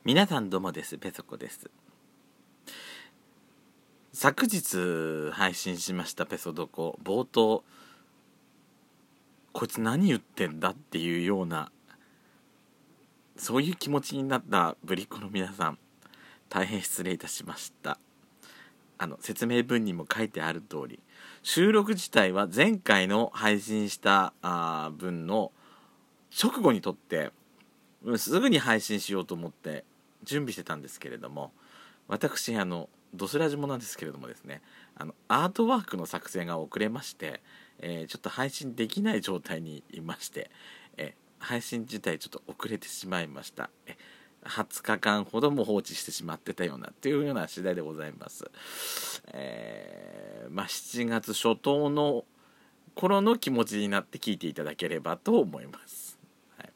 皆さんどうもです。ペソコです。昨日配信しましたペソドコ、冒頭こいつ何言ってんだっていうような、そういう気持ちになったぶりっ子の皆さん、大変失礼いたしました。説明文にも書いてある通り、収録自体は前回の配信した分の直後に撮ってすぐに配信しようと思って準備してたんですけれども、私ドスラジもなんですけれどもですね、アートワークの作成が遅れまして、ちょっと配信できない状態にいまして、配信自体ちょっと遅れてしまいました。20日間ほども放置してしまってたようなというような次第でございます。7月初頭の頃の気持ちになって聞いていただければと思います。はい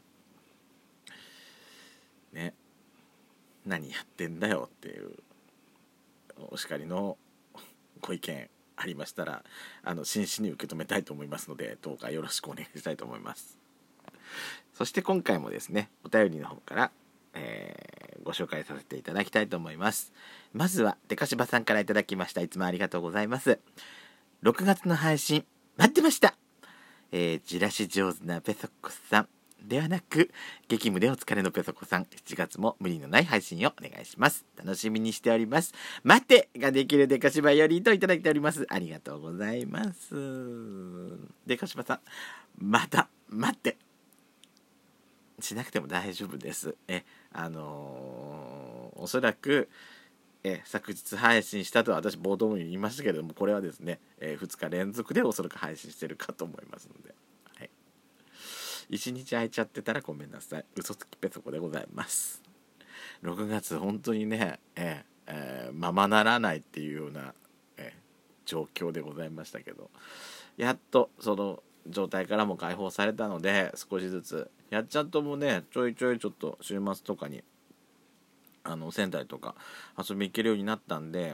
ね、何やってんだよっていうお叱りのご意見ありましたら真摯に受け止めたいと思いますので、どうかよろしくお願いしたいと思います。そして今回もですね、お便りの方から、ご紹介させていただきたいと思います。まずはデカシバさんからいただきました。いつもありがとうございます。6月の配信待ってました。じらし上手なペソコさんではなく、激務でお疲れのペソコさん、7月も無理のない配信をお願いします。楽しみにしております。待てができるデカシバよりといただいております。ありがとうございます。デカシバさん、また待ってしなくても大丈夫です。おそらく昨日配信したとは私冒頭に言いましたけれども、これはですね、2日連続でおそらく配信してるかと思いますので、はい、1日空いちゃってたらごめんなさい。嘘つきペソコでございます。6月本当にね、ままならないっていうような、状況でございましたけど、やっとその状態からも解放されたので、少しずつやっちゃんともね、ちょいちょいちょっと週末とかに仙台とか遊び行けるようになったんで、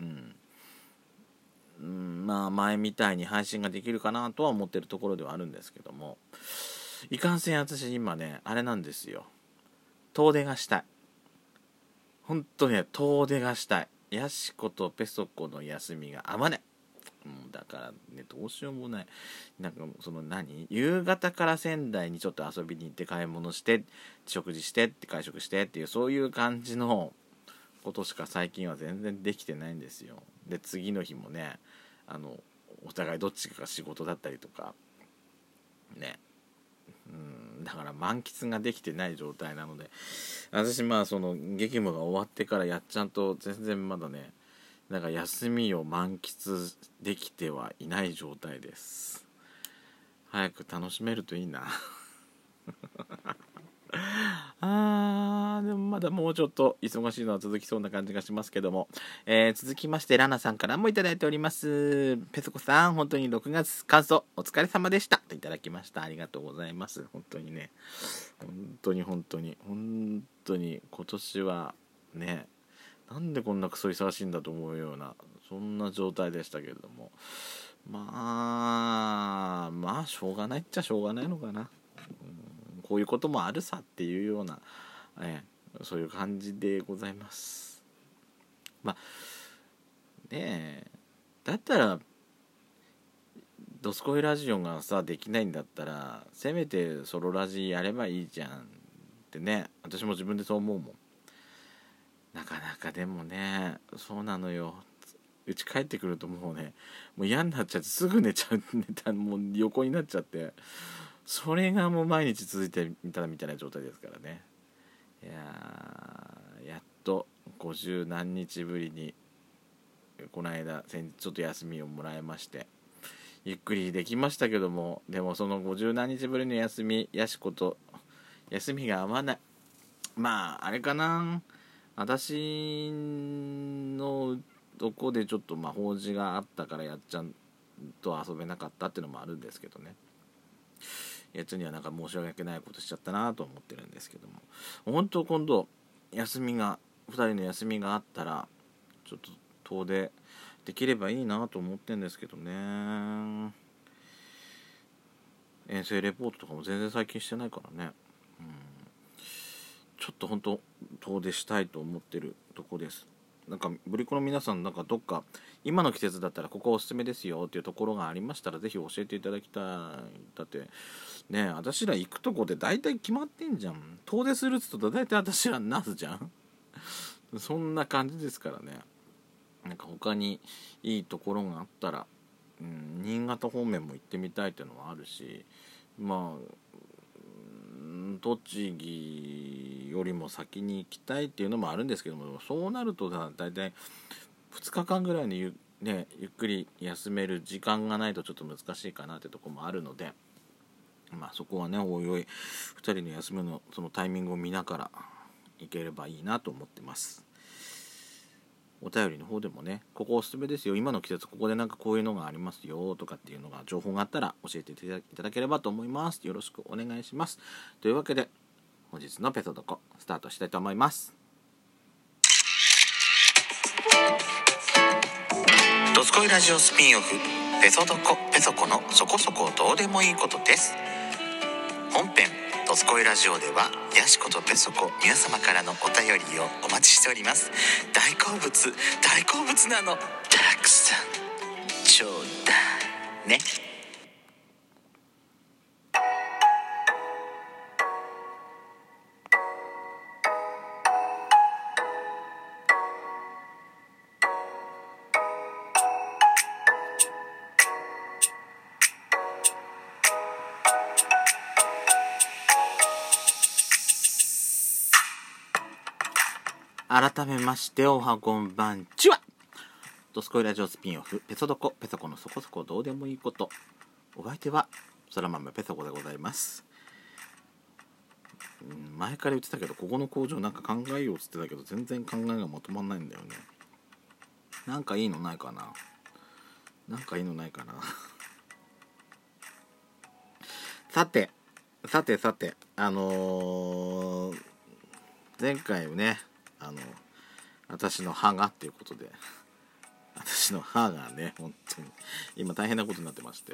まあ前みたいに配信ができるかなとは思ってるところではあるんですけども、いかんせん私今ねあれなんですよ、遠出がしたい。ほんとね、遠出がしたい。ヤシコとペソコの休みが合わない。だからね、どうしようもない。なんかその夕方から仙台にちょっと遊びに行って買い物して食事してって会食してっていう、そういう感じのことしか最近は全然できてないんですよ。で次の日もね、お互いどっちかが仕事だったりとかね、だから満喫ができてない状態なので、私その激務が終わってからやっちゃんと全然まだね、なんか休みを満喫できてはいない状態です。早く楽しめるといいなでもまだもうちょっと忙しいのは続きそうな感じがしますけども、続きましてラナさんからもいただいております。ペソコさん、本当に6月感想お疲れ様でしたといただきました。ありがとうございます。本当にね、本当に今年はね、なんでこんなクソ忙しいんだと思うような、そんな状態でしたけれども、まあしょうがないっちゃしょうがないのかな。こういうこともあるさっていうような、そういう感じでございます。まあねえ、だったらドスコイラジオがさできないんだったら、せめてソロラジやればいいじゃんってね、私も自分でそう思うもん。なかなかでもね、そうなのよ。家帰ってくるともう嫌になっちゃってすぐ寝たもう横になっちゃって、それがもう毎日続いてみたみたいな状態ですからね。いややっと50何日ぶりにこの間先日ちょっと休みをもらいまして、ゆっくりできましたけども、でもその50何日ぶりの休み、ヤシコと休みが合わない。あれかな、私のどこでちょっと法事があったからやっちゃんと遊べなかったっていうのもあるんですけどね、やっちゃんにはなんか申し訳ないことしちゃったなと思ってるんですけども、本当今度休みが2人の休みがあったらちょっと遠出できればいいなと思ってるんですけどね。遠征レポートとかも全然最近してないからね。 ちょっと本当遠出したいと思ってるとこです。なんかブリコの皆さん、なんかどっか今の季節だったらここおすすめですよっていうところがありましたらぜひ教えていただきたい。だってね、私ら行くとこで大体決まってんじゃん。遠出するっつうと大体私らナスじゃんそんな感じですからね。なんか他にいいところがあったら、新潟方面も行ってみたいっていうのはあるし、栃木よりも先に行きたいっていうのもあるんですけども、そうなるとだいたい2日間ぐらいにゆっくり休める時間がないとちょっと難しいかなってとこもあるので、そこはねおいおい2人の休みのそのタイミングを見ながら行ければいいなと思ってます。お便りの方でもね、ここおすすめですよ、今の季節ここでなんかこういうのがありますよとかっていうのが情報があったら教えていただければと思います。よろしくお願いします。というわけで本日のペソドコスタートしたいと思います。 ドスコイラジオスピンオフペソドコペソコのそこそこどうでもいいことです。本編ドスコイラジオではヤシコとペソコ皆様からのお便りをお待ちしております。大好物なの、たくさんちょうだいね。 改めましておはこんばんちは。ドスコイラジオスピンオフペソドコペソコのそこそこどうでもいいこと、お相手はそら豆ペソコでございます。前から言ってたけど、ここの工場なんか考えようっつってたけど全然考えがまとまんないんだよね。なんかいいのないかなさて前回ね私の歯がっていうことで、私の歯がね本当に今大変なことになってまして、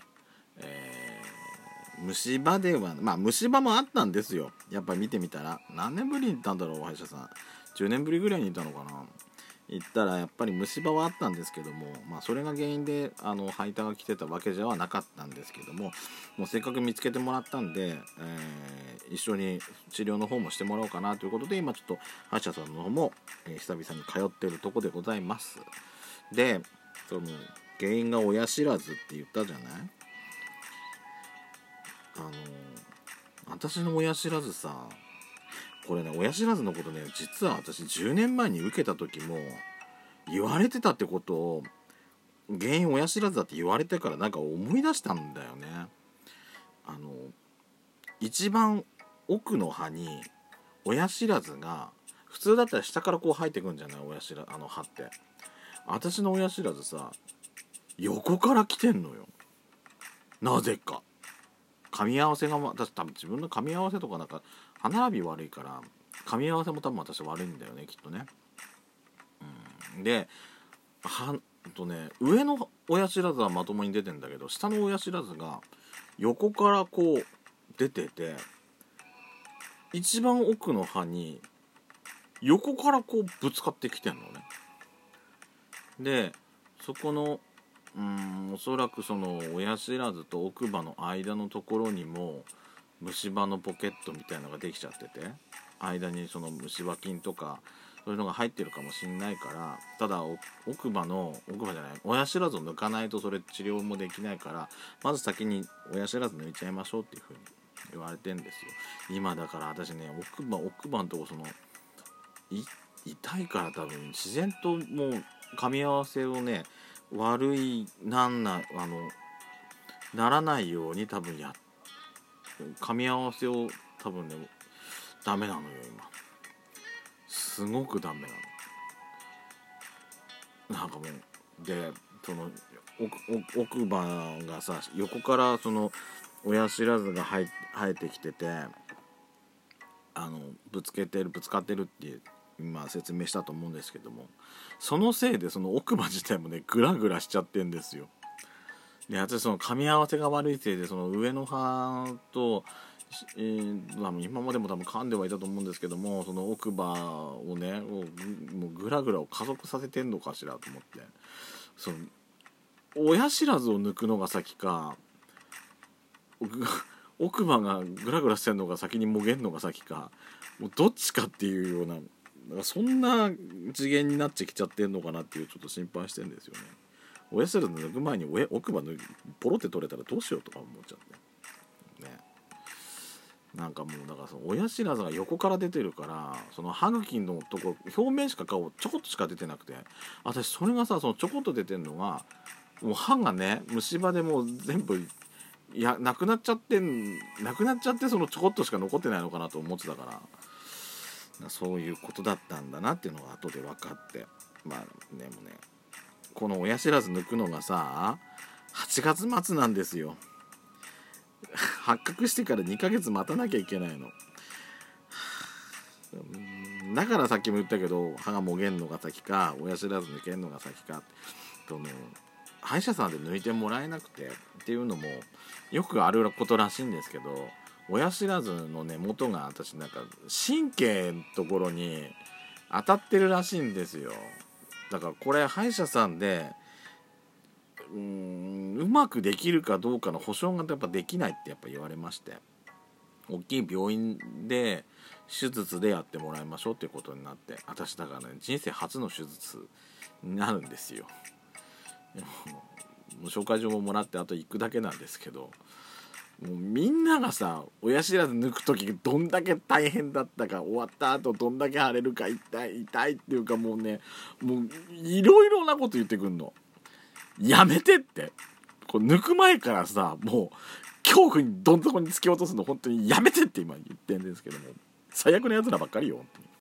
虫歯では虫歯もあったんですよ。やっぱり見てみたら何年ぶりに行ったんだろう、歯医者さん。10年ぶりぐらいに行ったのかな。行ったらやっぱり虫歯はあったんですけども、それが原因で歯板が来てたわけではなかったんですけども、もうせっかく見つけてもらったんで、一緒に治療の方もしてもらおうかなということで、今ちょっと歯医者さんの方も、久々に通っているとこでございます。で、その原因が親知らずって言ったじゃない。私の親知らずさ、これね、親知らずのことね、実は私10年前に受けた時も言われてたってことを、原因親知らずだって言われてからなんか思い出したんだよね。一番奥の歯に親知らずが、普通だったら下からこう生えてくんじゃない、歯って。私の親知らずさ、横から来てんのよ、なぜか。噛み合わせが、私多分自分の噛み合わせとかなんか歯並び悪いから噛み合わせも多分私悪いんだよね、きっとね。で上の親知らずはまともに出てんだけど、下の親知らずが横からこう出てて、一番奥の歯に横からこうぶつかってきてんのね。でそこのおそらくその親知らずと奥歯の間のところにも虫歯のポケットみたいなのができちゃってて、間にその虫歯菌とかそういうのが入ってるかもしんないから、ただ親知らずを抜かないとそれ治療もできないから、まず先に親知らず抜いちゃいましょうっていう風に言われてんですよ。今だから私ね、奥歯のとこ痛いから多分自然ともう噛み合わせをね悪いならないように多分噛み合わせを多分ねダメなのよ今。すごくダメなの。なんかもうでその奥歯がさ、横からその親知らずが生えてきてて、ぶつかってるって今説明したと思うんですけども、そのせいでその奥歯自体もねグラグラしちゃってんですよ。で私その噛み合わせが悪いせいでその上の歯と今までも多分噛んではいたと思うんですけども、その奥歯をねもうグラグラを加速させてんのかしらと思って、その親知らずを抜くのが先か、奥歯がグラグラしてんのが先にもげんのが先か、もうどっちかっていうような、そんな次元になってきちゃってんのかなっていう、ちょっと心配してるんですよね。親知らず抜く前に奥歯ポロって取れたらどうしようとか思っちゃってね。なんかもうだからその親知らずが横から出てるから、その歯茎のとこ表面しか顔ちょこっとしか出てなくて、私それがさ、そのちょこっと出てるのがもう歯がね虫歯でもう全部なくなっちゃって、そのちょこっとしか残ってないのかなと思ってたから、そういうことだったんだなっていうのが後で分かって、まあでもね、この親知らず抜くのがさ8月末なんですよ。発覚してから2ヶ月待たなきゃいけないの。だからさっきも言ったけど、歯がもげんのが先か親知らず抜けんのが先か、歯医者さんで抜いてもらえなくてっていうのもよくあることらしいんですけど、親知らずの根元が私なんか神経のところに当たってるらしいんですよ。だからこれ歯医者さんでうまくできるかどうかの保証がやっぱできないってやっぱ言われまして、大きい病院で手術でやってもらいましょうっていうことになって、私だからね人生初の手術になるんですよ。もう紹介状ももらってあと行くだけなんですけど、もうみんながさ親知らず抜く時どんだけ大変だったか、終わった後どんだけ腫れるか、痛いっていうか、もうねもういろいろなこと言ってくんの。やめてって、こう抜く前からさもう恐怖にどん底に突き落とすの本当にやめてって今言ってんですけども、最悪なやつらばっかりよ本当に。